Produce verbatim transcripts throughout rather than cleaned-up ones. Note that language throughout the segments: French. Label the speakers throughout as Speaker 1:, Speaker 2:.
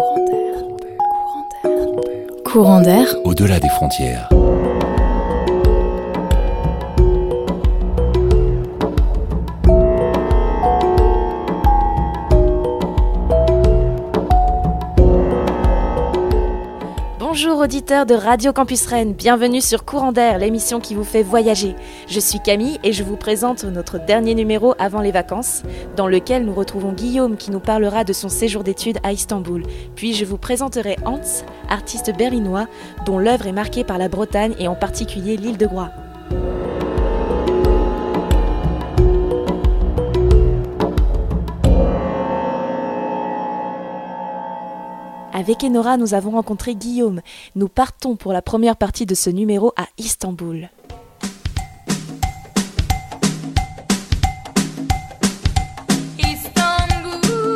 Speaker 1: Courant d'air. Courant d'air. Courant d'air.
Speaker 2: Au-delà des frontières.
Speaker 3: Bonjour auditeurs de Radio Campus Rennes, bienvenue sur Courant d'air, l'émission qui vous fait voyager. Je suis Camille et je vous présente notre dernier numéro avant les vacances, dans lequel nous retrouvons Guillaume qui nous parlera de son séjour d'études à Istanbul. Puis je vous présenterai Hans, artiste berlinois, dont l'œuvre est marquée par la Bretagne et en particulier l'île de Groix. Avec Enora, nous avons rencontré Guillaume. Nous partons pour la première partie de ce numéro à Istanbul. Istanbul.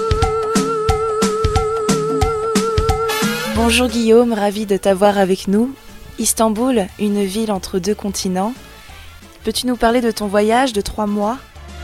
Speaker 3: Bonjour Guillaume, ravi de t'avoir avec nous. Istanbul, une ville entre deux continents. Peux-tu nous parler de ton voyage de trois mois ?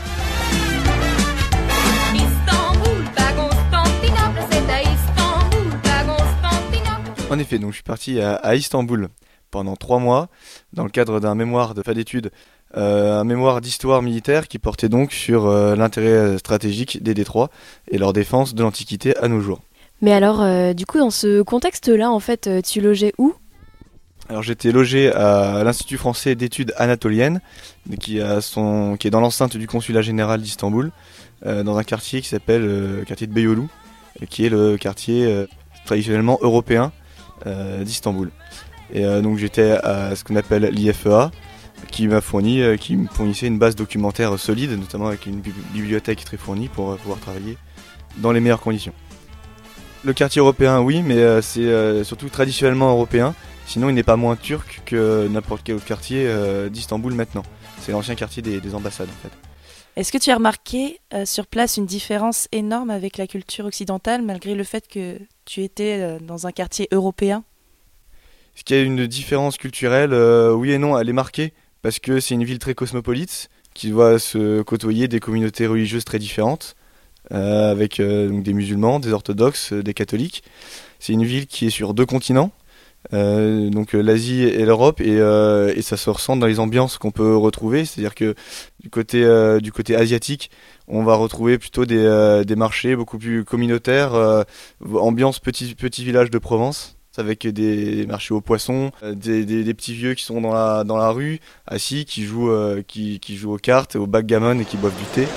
Speaker 4: En effet, donc je suis parti à, à Istanbul pendant trois mois dans le cadre d'un mémoire de fin d'études, euh, un mémoire d'histoire militaire qui portait donc sur euh, l'intérêt stratégique des détroits et leur défense de l'Antiquité à nos jours.
Speaker 5: Mais alors, euh, du coup, dans ce contexte-là, en fait, tu logeais où ?
Speaker 4: Alors j'étais logé à l'Institut français d'études anatoliennes, qui, a son, qui est dans l'enceinte du consulat général d'Istanbul, euh, dans un quartier qui s'appelle le euh, quartier de Beyoğlu, qui est le quartier euh, traditionnellement européen Euh, d'Istanbul. Et euh, donc j'étais à ce qu'on appelle l'I F E A, qui m'a fourni, euh, qui me fournissait une base documentaire solide, notamment avec une bibliothèque très fournie pour euh, pouvoir travailler dans les meilleures conditions. Le quartier européen, oui, mais euh, c'est euh, surtout traditionnellement européen. Sinon, il n'est pas moins turc que n'importe quel autre quartier euh, d'Istanbul maintenant. C'est l'ancien quartier des, des ambassades en fait.
Speaker 3: Est-ce que tu as remarqué euh, sur place une différence énorme avec la culture occidentale, malgré le fait que tu étais euh, dans un quartier européen ?
Speaker 4: Est-ce qu'il y a une différence culturelle ? euh, Oui et non, elle est marquée, parce que c'est une ville très cosmopolite, qui doit se côtoyer des communautés religieuses très différentes, euh, avec euh, donc des musulmans, des orthodoxes, des catholiques. C'est une ville qui est sur deux continents, Euh, donc euh, l'Asie et l'Europe, et, euh, et ça se ressent dans les ambiances qu'on peut retrouver, c'est-à-dire que du côté, euh, du côté asiatique, on va retrouver plutôt des, euh, des marchés beaucoup plus communautaires, euh, ambiance petit, petit village de Provence, avec des marchés aux poissons, euh, des, des, des petits vieux qui sont dans la, dans la rue, assis, qui jouent, euh, qui, qui jouent aux cartes, au backgammon et qui boivent du thé.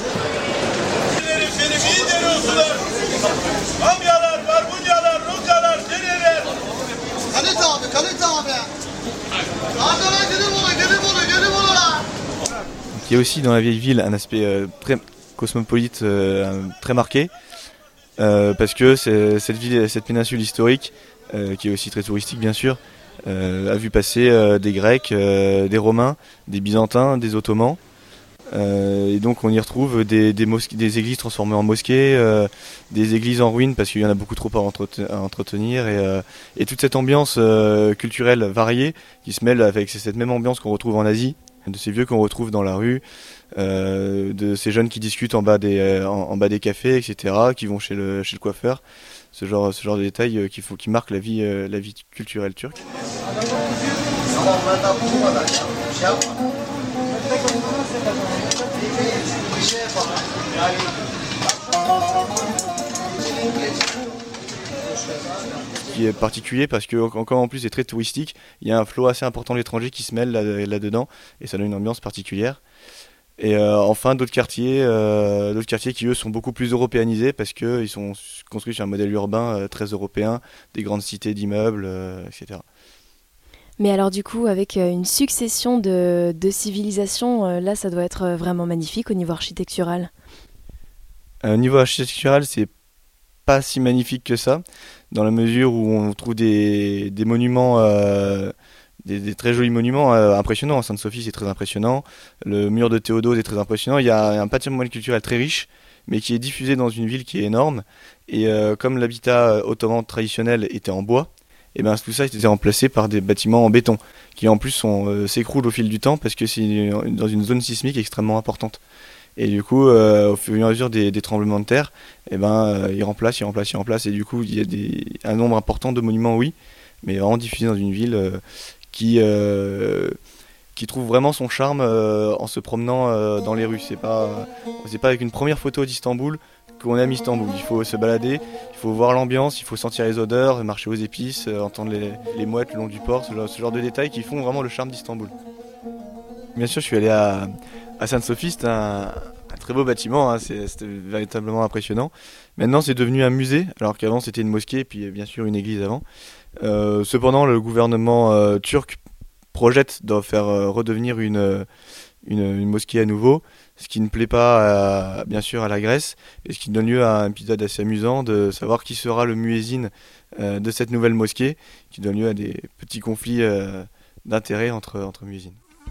Speaker 4: Il y a aussi dans la vieille ville un aspect euh, très cosmopolite, euh, très marqué, euh, parce que c'est, cette ville, cette péninsule historique, euh, qui est aussi très touristique bien sûr, euh, a vu passer euh, des Grecs, euh, des Romains, des Byzantins, des Ottomans, euh, et donc on y retrouve des, des, mosquées, des églises transformées en mosquées, euh, des églises en ruines parce qu'il y en a beaucoup trop à, entreten- à entretenir, et, euh, et toute cette ambiance euh, culturelle variée qui se mêle avec cette même ambiance qu'on retrouve en Asie, de ces vieux qu'on retrouve dans la rue, euh, de ces jeunes qui discutent en bas des, euh, en, en bas des cafés, et cetera, qui vont chez le, chez le coiffeur. Ce genre, ce genre de détails euh, qui, faut, qui marquent la vie, euh, la vie culturelle turque. Qui est particulier parce que encore en plus c'est très touristique, il y a un flot assez important d'étrangers qui se mêlent là, là-dedans et ça donne une ambiance particulière. Et euh, enfin d'autres quartiers, euh, d'autres quartiers qui eux sont beaucoup plus européanisés parce qu'ils sont construits sur un modèle urbain euh, très européen, des grandes cités d'immeubles, euh, et cetera.
Speaker 5: Mais alors du coup, avec une succession de, de civilisations, euh, là ça doit être vraiment magnifique au niveau architectural.
Speaker 4: Au niveau architectural, c'est pas si magnifique que ça, dans la mesure où on trouve des, des monuments, euh, des, des très jolis monuments euh, impressionnants. Sainte-Sophie, c'est très impressionnant. Le mur de Théodose est très impressionnant. Il y a un patrimoine culturel très riche, mais qui est diffusé dans une ville qui est énorme. Et euh, comme l'habitat ottoman traditionnel était en bois, et ben tout ça a été remplacé par des bâtiments en béton, qui en plus sont, euh, s'écroulent au fil du temps parce que c'est dans une zone sismique extrêmement importante. Et du coup, euh, au fur et à mesure des, des tremblements de terre, eh ben, euh, ils remplacent, ils remplacent, ils remplacent. Et du coup, il y a des, un nombre important de monuments, oui, mais vraiment diffusés dans une ville euh, qui, euh, qui trouve vraiment son charme euh, en se promenant euh, dans les rues. C'est pas, c'est pas avec une première photo d'Istanbul qu'on aime Istanbul. Il faut se balader, il faut voir l'ambiance, il faut sentir les odeurs, marcher aux épices, euh, entendre les, les mouettes le long du port, ce genre, ce genre de détails qui font vraiment le charme d'Istanbul. Bien sûr, je suis allé à, à Sainte-Sophie, c'est un, un très beau bâtiment, hein, c'est, c'était véritablement impressionnant. Maintenant, c'est devenu un musée, alors qu'avant c'était une mosquée, et puis bien sûr une église avant. Euh, cependant, le gouvernement euh, turc projette de faire euh, redevenir une, une, une mosquée à nouveau, ce qui ne plaît pas à, bien sûr à la Grèce, et ce qui donne lieu à un épisode assez amusant de savoir qui sera le muezzin euh, de cette nouvelle mosquée, qui donne lieu à des petits conflits euh, d'intérêts entre, entre muezzins.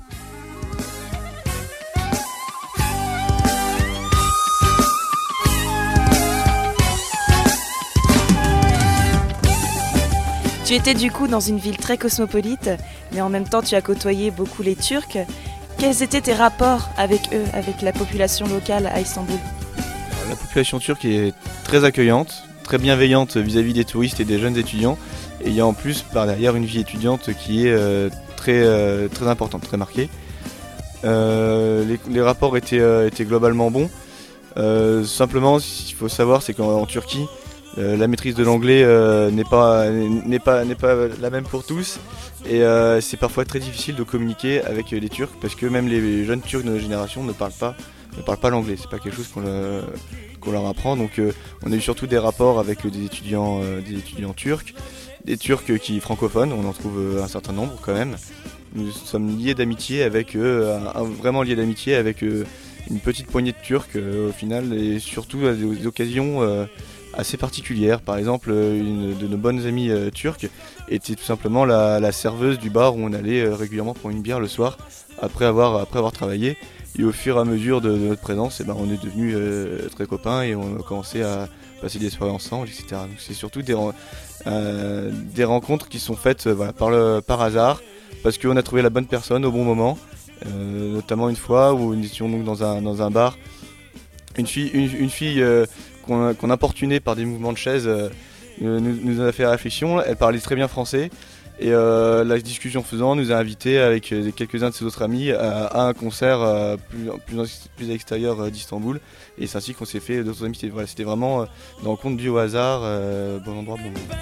Speaker 3: Tu étais du coup dans une ville très cosmopolite, mais en même temps tu as côtoyé beaucoup les Turcs. Quels étaient tes rapports avec eux, avec la population locale à Istanbul ?
Speaker 4: Alors, la population turque est très accueillante, très bienveillante vis-à-vis des touristes et des jeunes étudiants. Et il y a en plus par derrière une vie étudiante qui est euh, très, euh, très importante, très marquée. Euh, les, les rapports étaient, euh, étaient globalement bons. Euh, simplement, ce qu'il faut savoir, c'est qu'en en Turquie, Euh, la maîtrise de l'anglais euh, n'est pas, n'est pas, n'est pas la même pour tous et euh, c'est parfois très difficile de communiquer avec les Turcs parce que même les jeunes Turcs de notre génération ne parlent pas, ne parlent pas l'anglais, c'est pas quelque chose qu'on, le, qu'on leur apprend, donc euh, on a eu surtout des rapports avec des étudiants, euh, des étudiants turcs, des Turcs qui francophones, on en trouve un certain nombre quand même. Nous sommes liés d'amitié avec eux, un, un, vraiment liés d'amitié avec euh, une petite poignée de Turcs euh, au final et surtout à des occasions euh, assez particulière. Par exemple, une de nos bonnes amies euh, turques était tout simplement la, la serveuse du bar où on allait euh, régulièrement prendre une bière le soir après avoir, après avoir travaillé. Et au fur et à mesure de, de notre présence, eh ben, on est devenus euh, très copains et on a commencé à passer des soirées ensemble, et cetera. Donc c'est surtout des, euh, des rencontres qui sont faites euh, voilà, par, le, par hasard, parce qu'on a trouvé la bonne personne au bon moment. Euh, notamment une fois où nous étions donc dans un, dans un bar, une fille, une, une fille euh, qu'on, qu'on importunait par des mouvements de chaises euh, nous, nous a fait réflexion. Elle parlait très bien français et euh, la discussion faisant, nous a invités avec quelques-uns de ses autres amis à, à un concert euh, plus, plus, plus à l'extérieur d'Istanbul, et c'est ainsi qu'on s'est fait d'autres amis. C'était, voilà, c'était vraiment euh, une rencontre due au hasard, euh, bon endroit, bon moment.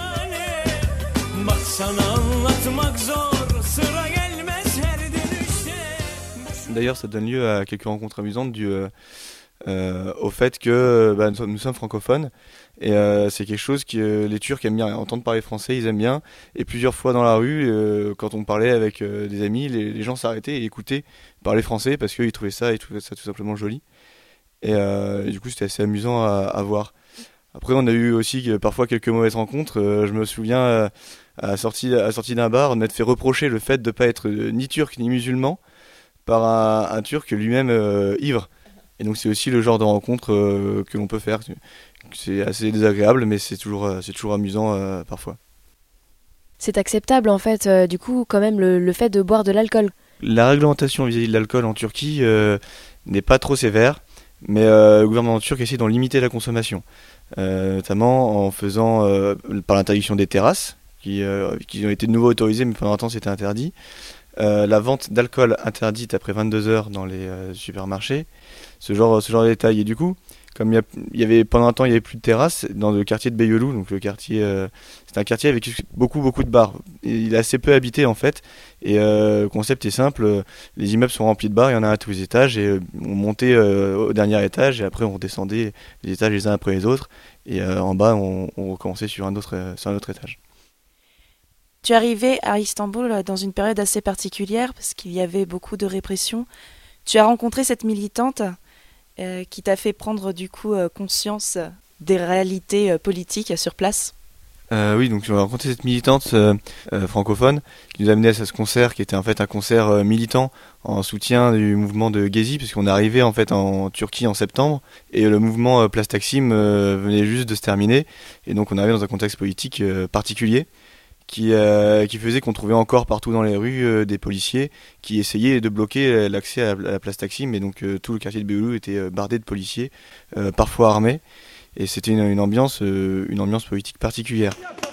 Speaker 4: D'ailleurs, ça donne lieu à quelques rencontres amusantes dues euh, euh, au fait que bah, nous, nous sommes francophones et euh, c'est quelque chose que euh, les Turcs aiment bien entendre parler français, ils aiment bien. Et plusieurs fois dans la rue, euh, quand on parlait avec euh, des amis, les, les gens s'arrêtaient et écoutaient parler français parce qu'ils trouvaient ça, ils trouvaient ça tout simplement joli. Et, euh, et du coup, c'était assez amusant à, à voir. Après, on a eu aussi euh, parfois quelques mauvaises rencontres. Euh, je me souviens euh, à la sortie, à la sortie d'un bar, on m'a fait reprocher le fait de ne pas être euh, ni turc ni musulman par un, un Turc lui-même euh, ivre. Et donc c'est aussi le genre de rencontre euh, que l'on peut faire. C'est assez désagréable, mais c'est toujours, c'est toujours amusant euh, parfois.
Speaker 5: C'est acceptable en fait, euh, du coup, quand même, le, le fait de boire de l'alcool.
Speaker 4: La réglementation vis-à-vis de l'alcool en Turquie euh, n'est pas trop sévère, mais euh, le gouvernement turc essaie d'en limiter la consommation, euh, notamment en faisant, euh, par l'interdiction des terrasses, qui, euh, qui ont été de nouveau autorisées, mais pendant un temps c'était interdit. Euh, la vente d'alcool interdite après vingt-deux heures dans les euh, supermarchés, ce genre, ce genre de détails. Et du coup, comme il y, y avait pendant un temps il n'y avait plus de terrasses dans le quartier de Beyoğlu, donc le quartier, euh, c'est un quartier avec beaucoup beaucoup de bars. Et il est assez peu habité en fait. Et euh, le concept est simple, les immeubles sont remplis de bars, il y en a à tous les étages et euh, on montait euh, au dernier étage et après on redescendait les étages les uns après les autres et euh, en bas on, on recommençait sur un autre, euh, sur un autre étage.
Speaker 3: Tu es arrivé à Istanbul dans une période assez particulière parce qu'il y avait beaucoup de répression. Tu as rencontré cette militante euh, qui t'a fait prendre du coup euh, conscience des réalités euh, politiques sur place.
Speaker 4: Euh, oui, donc j'ai rencontré cette militante euh, euh, francophone qui nous a amené à ce concert qui était en fait un concert euh, militant en soutien du mouvement de Gezi, puisqu'on est arrivé en fait en Turquie en septembre et le mouvement euh, Place Taksim euh, venait juste de se terminer et donc on arrivait dans un contexte politique euh, particulier qui, euh, qui faisait qu'on trouvait encore partout dans les rues euh, des policiers qui essayaient de bloquer l'accès à la, à la place Taksim, et donc euh, tout le quartier de Beyoğlu était euh, bardé de policiers, euh, parfois armés, et c'était une, une, ambiance, euh, une ambiance politique particulière.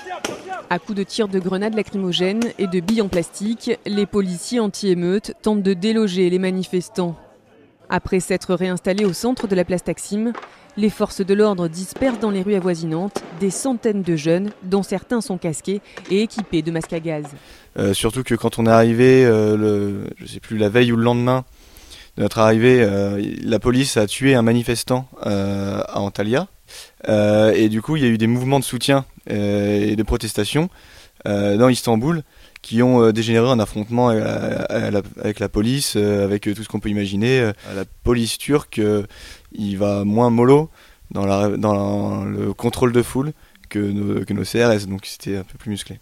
Speaker 2: À coups de tirs de grenades lacrymogènes et de billes en plastique, les policiers anti-émeutes tentent de déloger les manifestants. Après s'être réinstallés au centre de la place Taksim, les forces de l'ordre dispersent dans les rues avoisinantes des centaines de jeunes, dont certains sont casqués et équipés de masques à gaz.
Speaker 4: Euh, surtout que quand on est arrivé, euh, le, je sais plus, la veille ou le lendemain de notre arrivée, euh, la police a tué un manifestant euh, à Antalya. Euh, et du coup, il y a eu des mouvements de soutien euh, et de protestation euh, dans Istanbul qui ont euh, dégénéré en affrontement à, à, à la, avec la police, euh, avec tout ce qu'on peut imaginer. Euh, la police turque, euh, il va moins mollo dans, la, dans la, le contrôle de foule que nos, que nos C R S, donc c'était un peu plus musclé.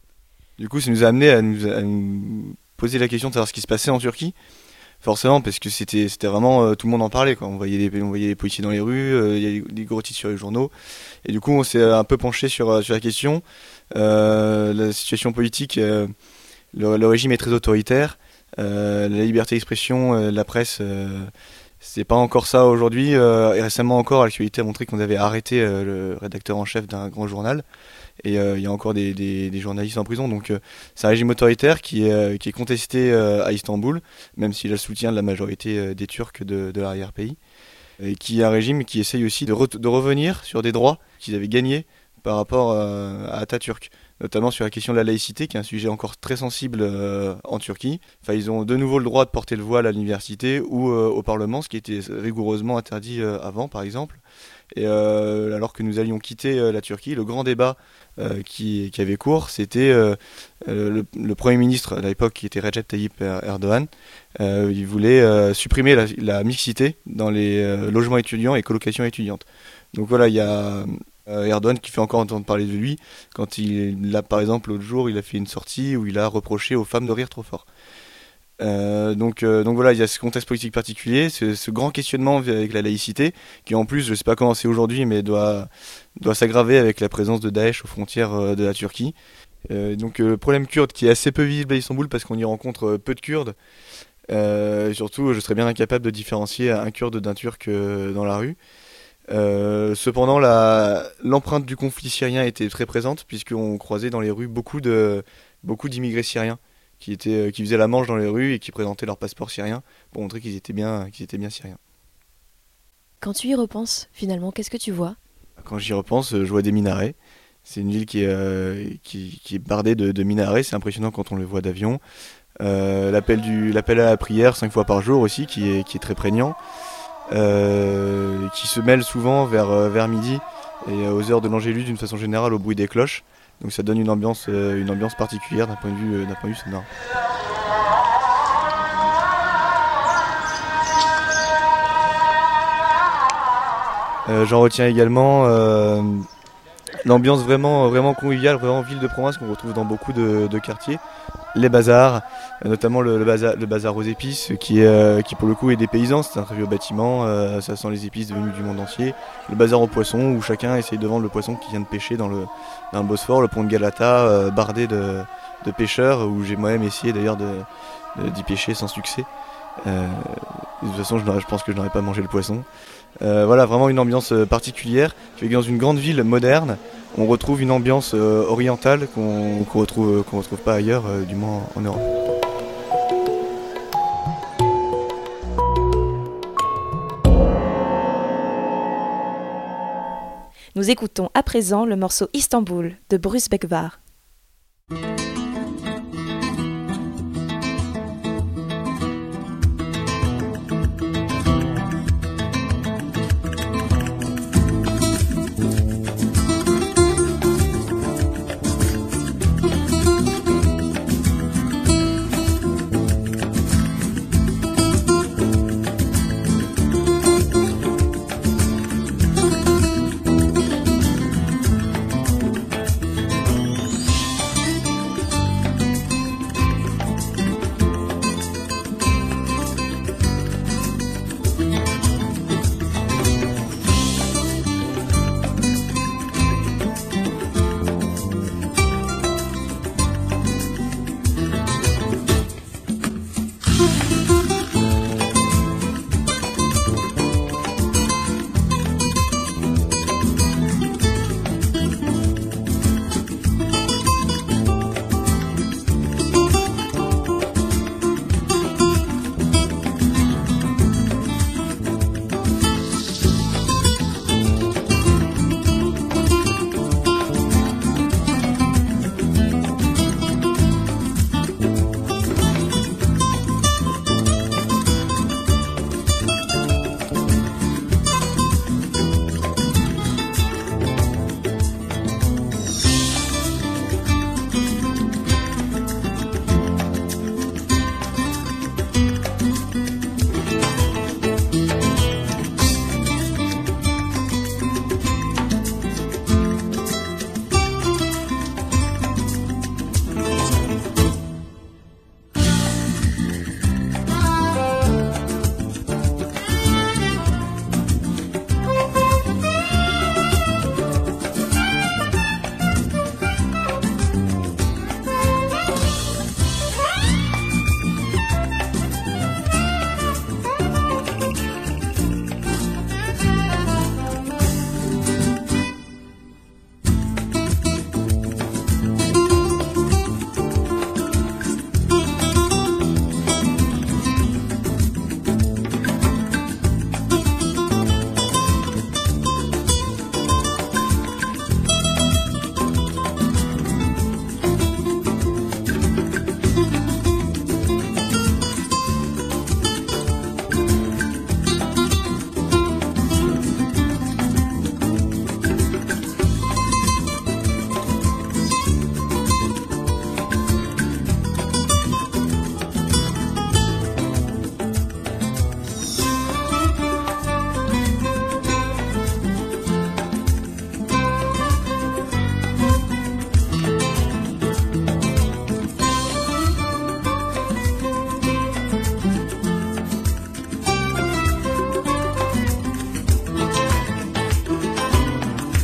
Speaker 4: Du coup, ça nous a amené à nous, à nous poser la question de savoir ce qui se passait en Turquie. Forcément, parce que c'était, c'était vraiment, euh, tout le monde en parlait, quoi. On voyait les, on voyait les policiers dans les rues, euh, il y a des gros titres sur les journaux. Et du coup, on s'est un peu penché sur, sur la question. Euh, la situation politique, euh, le, le régime est très autoritaire. Euh, la liberté d'expression, euh, la presse, euh, c'est pas encore ça aujourd'hui. Euh, et récemment encore, l'actualité a montré qu'on avait arrêté euh, le rédacteur en chef d'un grand journal. Et il euh, y a encore des, des, des journalistes en prison. Donc euh, c'est un régime autoritaire qui est, euh, qui est contesté euh, à Istanbul, même s'il a le soutien de la majorité euh, des Turcs de, de l'arrière-pays. Et qui est un régime qui essaye aussi de, re- de revenir sur des droits qu'ils avaient gagnés par rapport euh, à Atatürk, notamment sur la question de la laïcité, qui est un sujet encore très sensible euh, en Turquie. Enfin, ils ont de nouveau le droit de porter le voile à l'université ou euh, au Parlement, ce qui était rigoureusement interdit euh, avant, par exemple. Et euh, alors que nous allions quitter euh, la Turquie, le grand débat euh, qui, qui avait cours, c'était euh, le, le Premier ministre à l'époque, qui était Recep Tayyip Erdogan. Euh, il voulait euh, supprimer la, la mixité dans les euh, logements étudiants et colocations étudiantes. Donc voilà, il y a euh, Erdogan qui fait encore entendre parler de lui, quand il a, par exemple, l'autre jour, il a fait une sortie où il a reproché aux femmes de rire trop fort. Euh, donc, euh, donc voilà, il y a ce contexte politique particulier, ce, ce grand questionnement avec la laïcité, qui en plus, je ne sais pas comment c'est aujourd'hui, mais doit, doit s'aggraver avec la présence de Daesh aux frontières euh, de la Turquie. Euh, donc le euh, problème kurde qui est assez peu visible à Istanbul parce qu'on y rencontre euh, peu de Kurdes. Euh, surtout, je serais bien incapable de différencier un Kurde d'un Turc euh, dans la rue. Euh, cependant, la, l'empreinte du conflit syrien était très présente, puisqu'on croisait dans les rues beaucoup, de, beaucoup d'immigrés syriens qui, étaient, qui faisaient la manche dans les rues et qui présentaient leur passeport syrien pour montrer qu'ils étaient bien, qu'ils étaient bien syriens.
Speaker 5: Quand tu y repenses, finalement, qu'est-ce que tu vois ?
Speaker 4: Quand j'y repense, je vois des minarets. C'est une ville qui est, euh, qui, qui est bardée de, de minarets, c'est impressionnant quand on le voit d'avion. Euh, l'appel, du, l'appel à la prière cinq fois par jour aussi, qui est, qui est très prégnant. Euh, qui se mêle souvent vers, vers midi et aux heures de l'Angélus d'une façon générale au bruit des cloches. Donc ça donne une ambiance, euh, une ambiance particulière d'un point de vue, euh, d'un point de vue sonore. Euh, j'en retiens également euh, l'ambiance vraiment, vraiment conviviale, vraiment ville de province qu'on retrouve dans beaucoup de, de quartiers. Les bazars, notamment le, le, bazar, le bazar aux épices qui, est, euh, qui pour le coup est des paysans, c'est un très vieux bâtiment, euh, ça sent les épices venues du monde entier. Le bazar aux poissons où chacun essaye de vendre le poisson qui vient de pêcher dans le, dans le Bosphore, le pont de Galata euh, bardé de, de pêcheurs où j'ai moi-même essayé d'ailleurs de, de, d'y pêcher sans succès. Euh, de toute façon je, je pense que je n'aurais pas mangé le poisson. Euh, voilà, vraiment une ambiance particulière qui fait que dans une grande ville moderne, on retrouve une ambiance euh, orientale qu'on qu'on retrouve, qu'on retrouve pas ailleurs, euh, du moins en Europe.
Speaker 3: Nous écoutons à présent le morceau Istanbul de Bruce Bekvar.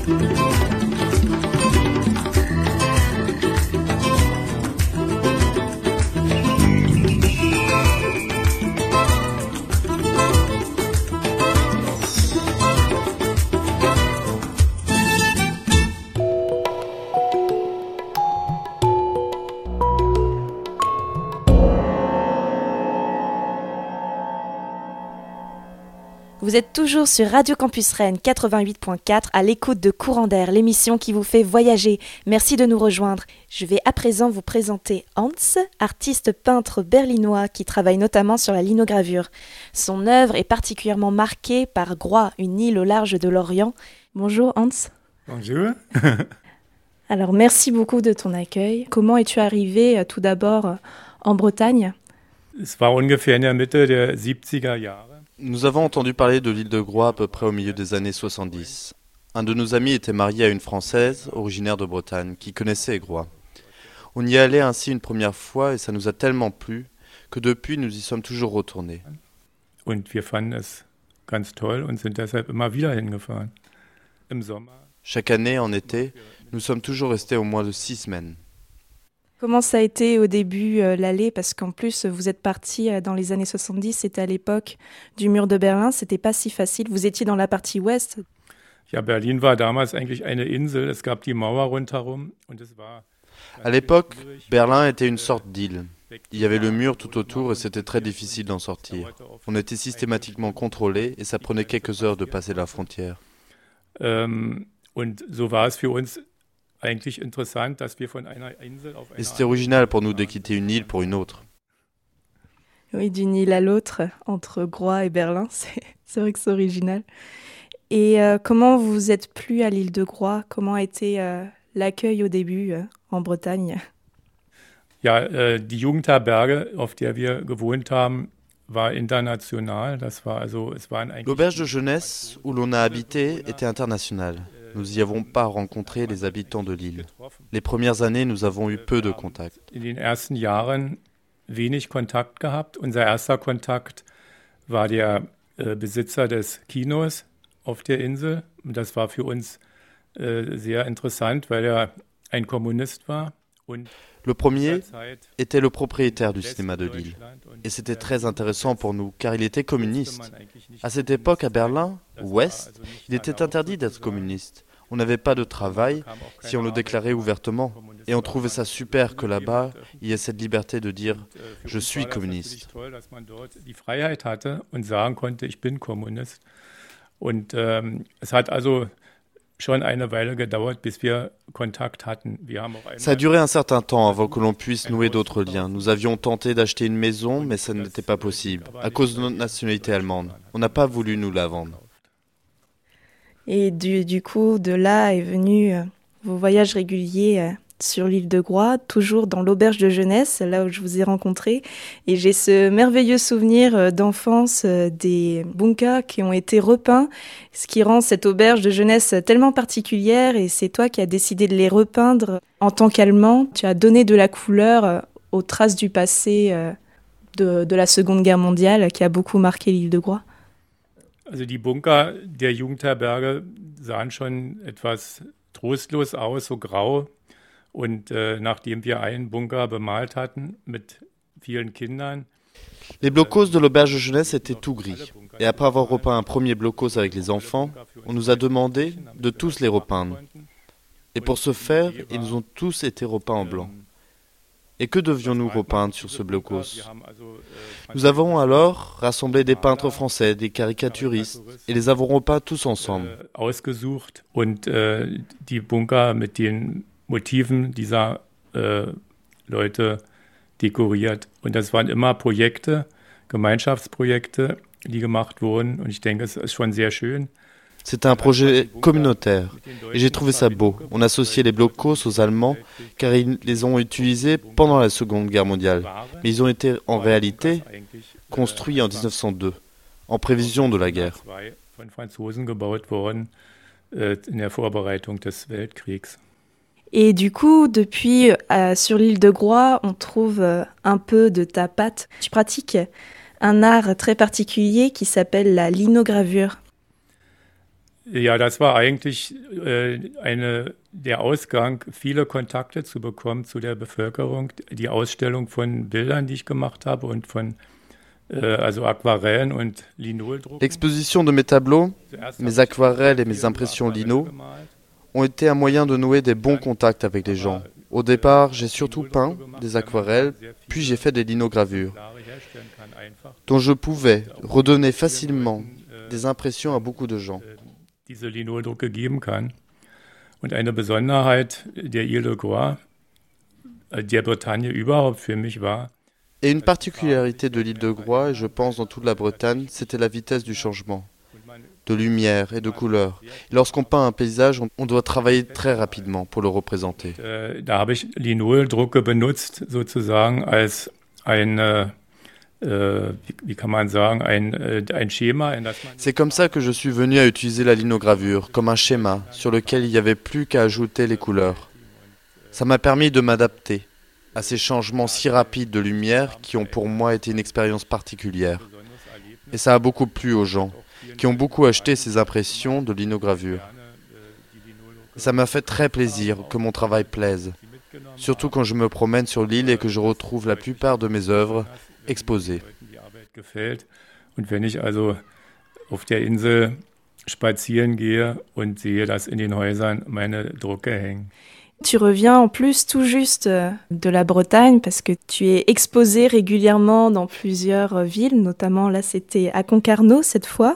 Speaker 3: Vous êtes toujours sur Radio Campus Rennes quatre-vingt-huit point quatre à l'écoute de Courant d'air, l'émission qui vous fait voyager. Merci de nous rejoindre. Je vais à présent vous présenter Hans, artiste peintre berlinois qui travaille notamment sur la linogravure. Son œuvre est particulièrement marquée par Groix, une île au large de l'Orient. Bonjour Hans.
Speaker 6: Bonjour.
Speaker 3: Alors merci beaucoup de ton accueil. Comment es-tu arrivé tout d'abord en Bretagne ?
Speaker 6: Es war ungefähr in der Mitte der siebziger Jahre.
Speaker 4: Nous avons entendu parler de l'île de Groix à peu près au milieu des années soixante-dix. Un de nos amis était marié à une Française, originaire de Bretagne, qui connaissait Groix. On y allait ainsi une première fois et ça nous a tellement plu que depuis nous y sommes toujours retournés.
Speaker 6: Und wir fanden es ganz toll und sind deshalb immer wieder hingefahren. Im Sommer.
Speaker 4: Chaque année, en été, nous sommes toujours restés au moins de six semaines.
Speaker 3: Comment ça a été au début euh, l'aller ? Parce qu'en plus, vous êtes parti euh, dans les années soixante-dix, c'était à l'époque du mur de Berlin, c'était pas si facile. Vous étiez dans la partie ouest.
Speaker 6: Ja, Berlin war damals eigentlich eine Insel, es gab die Mauer rundherum und es war...
Speaker 4: À l'époque, Berlin était une sorte d'île. Il y avait le mur tout autour et c'était très difficile d'en sortir. On était systématiquement contrôlés et ça prenait quelques heures de passer la frontière.
Speaker 6: Ähm, und so war es für uns eigentlich interessant, dass wir von einer Insel auf eine...
Speaker 4: Et c'était original pour nous de quitter une île pour une autre.
Speaker 3: Oui, d'une île à l'autre, entre Groix et Berlin, c'est, c'est vrai que c'est original. Et euh, comment vous êtes plu à l'île de Groix ? Comment a été euh, l'accueil au début euh, en Bretagne ?
Speaker 6: Ja, äh, die Jugendherberge, auf der wir gewohnt haben, war international. Das war also, es waren eigentlich...
Speaker 4: L'auberge de jeunesse où l'on a habité était internationale. Nous n'y avons pas rencontré les habitants de l'île. Les premières années, nous avons eu peu de contacts.
Speaker 6: In den ersten Jahren wenig Kontakt gehabt. Unser erster Kontakt war der äh, Besitzer des Kinos auf der Insel. Und das war für uns äh, sehr interessant, weil er ein Kommunist war. Und
Speaker 4: le premier était le propriétaire du cinéma de l'île. Et c'était très intéressant pour nous, car il était communiste. À cette époque, à Berlin, ouest, il était interdit d'être communiste. On n'avait pas de travail si on le déclarait ouvertement. Et on trouvait ça super que là-bas, il y ait cette liberté de dire « je suis communiste ».
Speaker 6: Die Freiheit hatte und sagen konnte, ich bin Kommunist. Und ähm, es hat also schon eine Weile gedauert, bis wir Kontakt hatten. Wir haben auch
Speaker 4: Ça a duré un certain temps avant que l'on puisse nouer d'autres liens. Nous avions tenté d'acheter une maison, mais ça n'était pas possible, à cause de notre nationalité allemande. On n'a pas voulu nous la vendre.
Speaker 3: Et du, du coup, de là est venu euh, vos voyages réguliers euh, sur l'île de Groix, toujours dans l'auberge de jeunesse, là où je vous ai rencontré. Et j'ai ce merveilleux souvenir euh, d'enfance euh, des bunkas qui ont été repeints, ce qui rend cette auberge de jeunesse tellement particulière. Et c'est toi qui as décidé de les repeindre en tant qu'Allemand. Tu as donné de la couleur euh, aux traces du passé euh, de, de la Seconde Guerre mondiale qui a beaucoup marqué l'île de Groix.
Speaker 6: Also die Bunker der Jugendherberge sahen schon etwas trostlos aus, so grau. Und äh, nachdem wir einen Bunker bemalt hatten mit vielen Kindern.
Speaker 4: Les blocos de l'auberge de jeunesse étaient tout gris. Et après avoir repeint un premier blocos avec les enfants, on nous a demandé de tous les repeindre. Et pour ce faire, ils ont tous été repeints en blanc. Et que devions-nous repeindre sur ce blocos ? Nous avons alors rassemblé des peintres français, des caricaturistes, et les avons repeints tous ensemble.
Speaker 6: Ausgesucht und äh, die Bunker mit den Motiven dieser äh, Leute dekoriert. Und das waren immer Projekte, Gemeinschaftsprojekte, die gemacht wurden. Und ich denke, es ist schon sehr schön.
Speaker 4: C'était un projet communautaire et j'ai trouvé ça beau. On associait les blocos aux Allemands car ils les ont utilisés pendant la Seconde Guerre mondiale. Mais ils ont été en réalité construits en dix-neuf cent deux, en prévision de la guerre.
Speaker 6: Von Franzosen gebaut worden äh, in der Vorbereitung des Weltkriegs.
Speaker 3: Et du coup, depuis, euh, sur l'île de Groix, on trouve euh, un peu de ta patte. Tu pratiques un art très particulier qui s'appelle la linogravure.
Speaker 6: Ja, das war eigentlich äh, eine, der Ausgang, viele Kontakte zu bekommen zu der Bevölkerung. Die Ausstellung von Bildern, die ich gemacht habe und von äh, also Aquarellen und Linoldrucken.
Speaker 7: L'exposition de mes tableaux, mes aquarelles et mes impressions lino ont été un moyen de nouer des bons contacts avec les gens. Au départ, j'ai surtout peint des aquarelles, puis j'ai fait des linogravures, dont je pouvais redonner facilement des impressions à beaucoup de gens.
Speaker 6: Diese Linoldrucke geben kann. Und eine Besonderheit der Ile de Groix, der Bretagne überhaupt für mich war.
Speaker 7: Et une particularité de l'île de Groix, et je pense dans toute la Bretagne, c'était la vitesse du changement, de lumière et de couleur. Et lorsqu'on peint un paysage, on, on doit travailler très rapidement pour le représenter.
Speaker 6: Äh, da habe ich Linoldrucke benutzt, sozusagen als eine Wie kann man sagen, ein, ein Schema.
Speaker 7: C'est comme ça que je suis venu à utiliser la linogravure, comme un schéma sur lequel il n'y avait plus qu'à ajouter les couleurs. Ça m'a permis de m'adapter à ces changements si rapides de lumière qui ont pour moi été une expérience particulière. Et ça a beaucoup plu aux gens, qui ont beaucoup acheté ces impressions de linogravure. Et ça m'a fait très plaisir que mon travail plaise, surtout quand je me promène sur l'île et que je retrouve la plupart de mes œuvres exposé.
Speaker 6: Und wenn ich also auf der Insel spazieren gehe und sehe, dass in den Häusern meine Drucke hängen.
Speaker 3: Tu reviens en plus tout juste de la Bretagne parce que tu es exposé régulièrement dans plusieurs villes, notamment là c'était à Concarneau cette fois.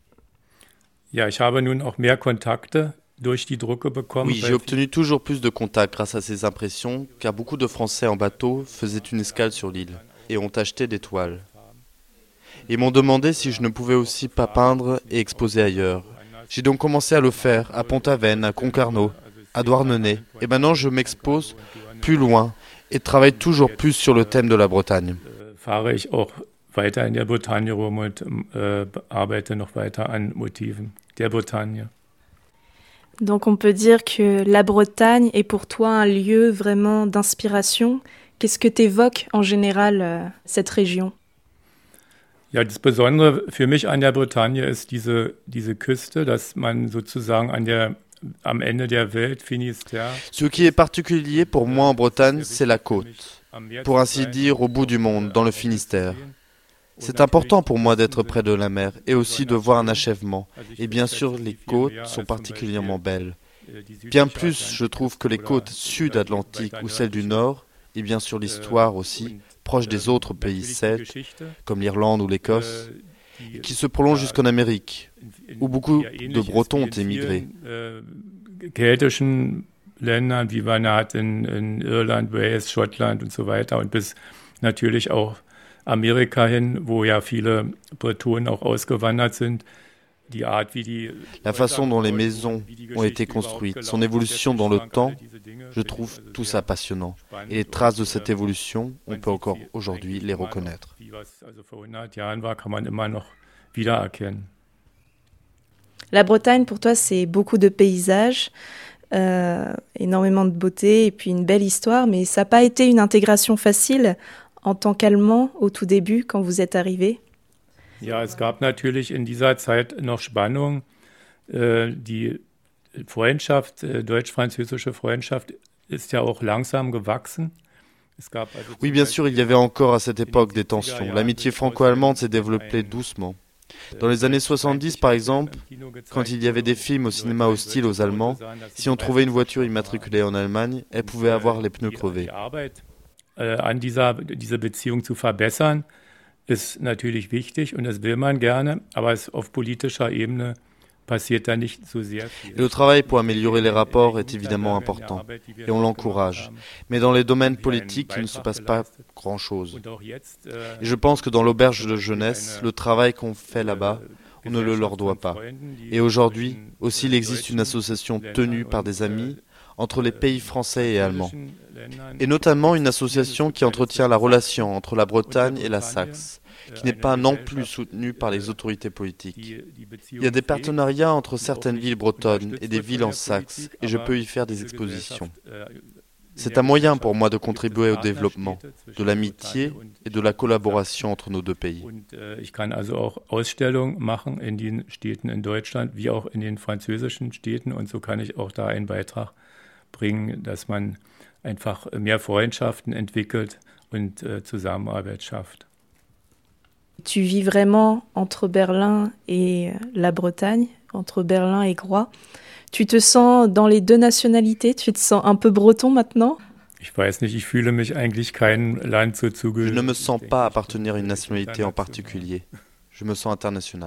Speaker 6: Ja, ich habe nun auch mehr Kontakte durch die Drucke bekommen.
Speaker 7: Oui, j'ai obtenu toujours plus de contacts grâce à ces impressions, car beaucoup de Français en bateau faisaient une escale sur l'île et ont acheté des toiles. Ils m'ont demandé si je ne pouvais aussi pas peindre et exposer ailleurs. J'ai donc commencé à le faire à Pont-Aven, à Concarneau, à Douarnenez. Et maintenant je m'expose plus loin et travaille toujours plus sur le thème de la Bretagne.
Speaker 6: Fahre ich auch weiter in der Bretagne rum und äh, arbeite noch weiter an Motiven der Bretagne.
Speaker 3: Donc on peut dire que la Bretagne est pour toi un lieu vraiment d'inspiration. Qu'est-ce que t'évoque en général euh, cette région?
Speaker 6: Ja, das Besondere für mich an der Bretagne ist diese, diese Küste, dass man sozusagen an der, am Ende der Welt, Finistère.
Speaker 7: Ce qui est particulier pour moi en Bretagne, c'est la côte, pour ainsi dire au bout du monde, dans le Finistère. C'est important pour moi d'être près de la mer et aussi de voir un achèvement. Et bien sûr, les côtes sont particulièrement belles. Bien plus, je trouve que les côtes sud-atlantiques ou celles du nord, et bien sûr l'histoire aussi, proche des autres pays celtes, comme l'Irlande ou l'Écosse, qui se prolonge jusqu'en Amérique, où beaucoup de Bretons ont émigré.
Speaker 6: Keltischen Ländern, wie man hat in, in Irland, Wales, Schottland und so weiter und bis natürlich auch Amerika hin, wo ja viele Bretonen auch ausgewandert sind.
Speaker 7: La façon dont les maisons ont été construites, son évolution dans le temps, je trouve tout ça passionnant. Et les traces de cette évolution, on peut encore aujourd'hui les reconnaître.
Speaker 3: La Bretagne, pour toi, c'est beaucoup de paysages, euh, énormément de beauté et puis une belle histoire, mais ça n'a pas été une intégration facile en tant qu'Allemand au tout début, quand vous êtes arrivé?
Speaker 6: Ja, es gab natürlich in dieser Zeit noch Spannung. Äh, die Freundschaft, äh, deutsch-französische Freundschaft ist ja auch langsam gewachsen. Es gab also
Speaker 7: oui, bien sûr, il y avait encore à cette époque des tensions. L'amitié franco-allemande s'est développée doucement. Dans les années soixante-dix, par exemple, quand il y avait des films au cinéma hostiles aux Allemands, si on trouvait une voiture immatriculée en Allemagne, elle pouvait avoir les pneus crevés.
Speaker 6: Äh, an dieser, diese Beziehung zu verbessern, ist natürlich wichtig und das will man gerne, aber es auf politischer Ebene passiert da nicht so sehr viel.
Speaker 7: Et le travail pour améliorer les rapports est évidemment important et on l'encourage. Mais dans les domaines politiques, il ne se passe pas grand-chose. Et je pense que dans l'auberge de jeunesse, le travail qu'on fait là-bas, on ne le leur doit pas. Et aujourd'hui, aussi, il existe une association tenue par des amis entre les pays français et allemands. Et notamment une association qui entretient la relation entre la Bretagne et la Saxe, qui n'est pas non plus soutenue par les autorités politiques. Il y a des partenariats entre certaines villes bretonnes et des villes en Saxe, et je peux y faire des expositions. C'est un moyen pour moi de contribuer au développement, de l'amitié et de la collaboration entre nos deux pays.
Speaker 6: Ich kann also auch Ausstellungen machen in den Städten in Deutschland wie auch in den französischen Städten und so kann ich auch da einen Beitrag bringen, dass man einfach mehr Freundschaften entwickelt und äh, Zusammenarbeit schafft.
Speaker 3: Tu vis vraiment entre Berlin et la Bretagne, entre Berlin et Groix. Tu te sens dans les deux nationalités? Tu te sens un peu breton maintenant?
Speaker 6: Ich weiß nicht, ich fühle mich eigentlich kein Land so zugehörig.
Speaker 7: Je ne me sens pas appartenir à une nationalité en particulier. Je me sens international.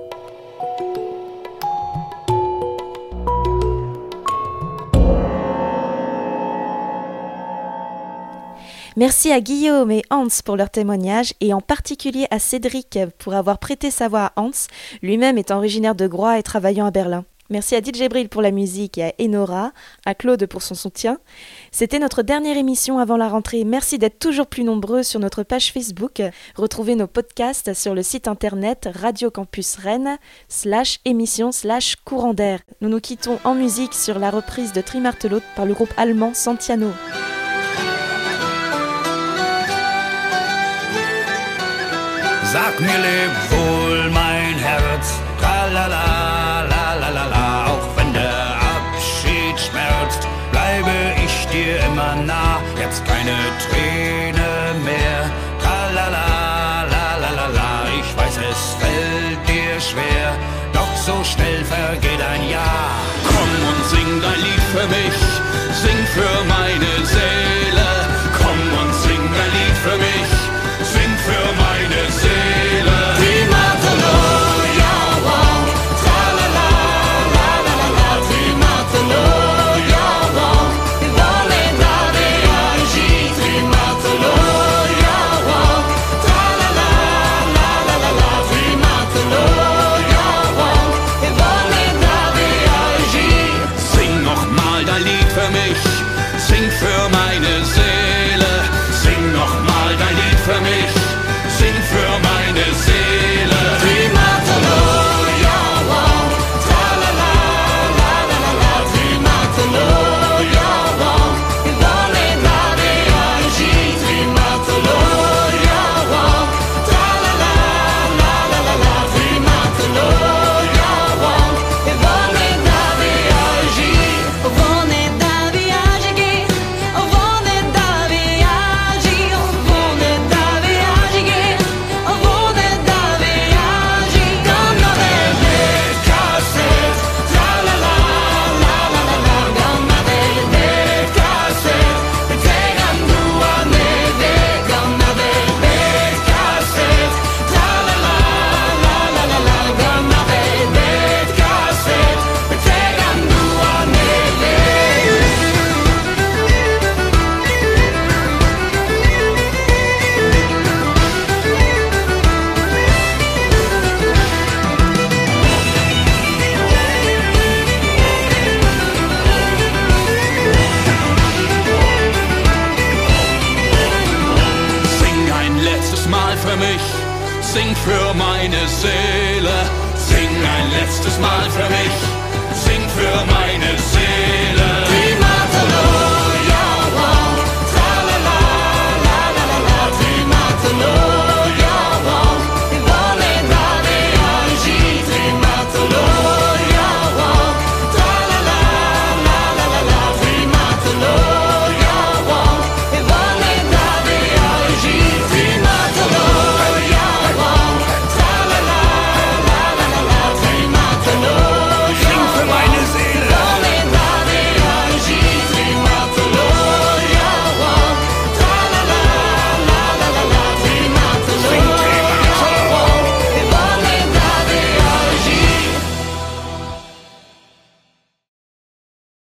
Speaker 3: Merci à Guillaume et Hans pour leur témoignage et en particulier à Cédric pour avoir prêté sa voix à Hans, lui-même étant originaire de Groix et travaillant à Berlin. Merci à D J Bril pour la musique et à Enora, à Claude pour son soutien. C'était notre dernière émission avant la rentrée. Merci d'être toujours plus nombreux sur notre page Facebook. Retrouvez nos podcasts sur le site internet Radio Campus Rennes slash émission slash courant d'air. Nous nous quittons en musique sur la reprise de Trimartelot par le groupe allemand Santiano.
Speaker 8: Sag mir leb wohl, mein Herz, tralala, la la la la. Auch wenn der Abschied schmerzt, bleibe ich dir immer nah. Jetzt keine Träne mehr, tralala, la la la la. Ich weiß, es fällt dir schwer, doch so schnell vergeht ein Jahr. Komm und sing dein Lied für mich, sing für meine Seele. Komm und sing dein Lied für mich, sing für meine Seele. Sing für meine Seele, sing ein letztes Mal für mich.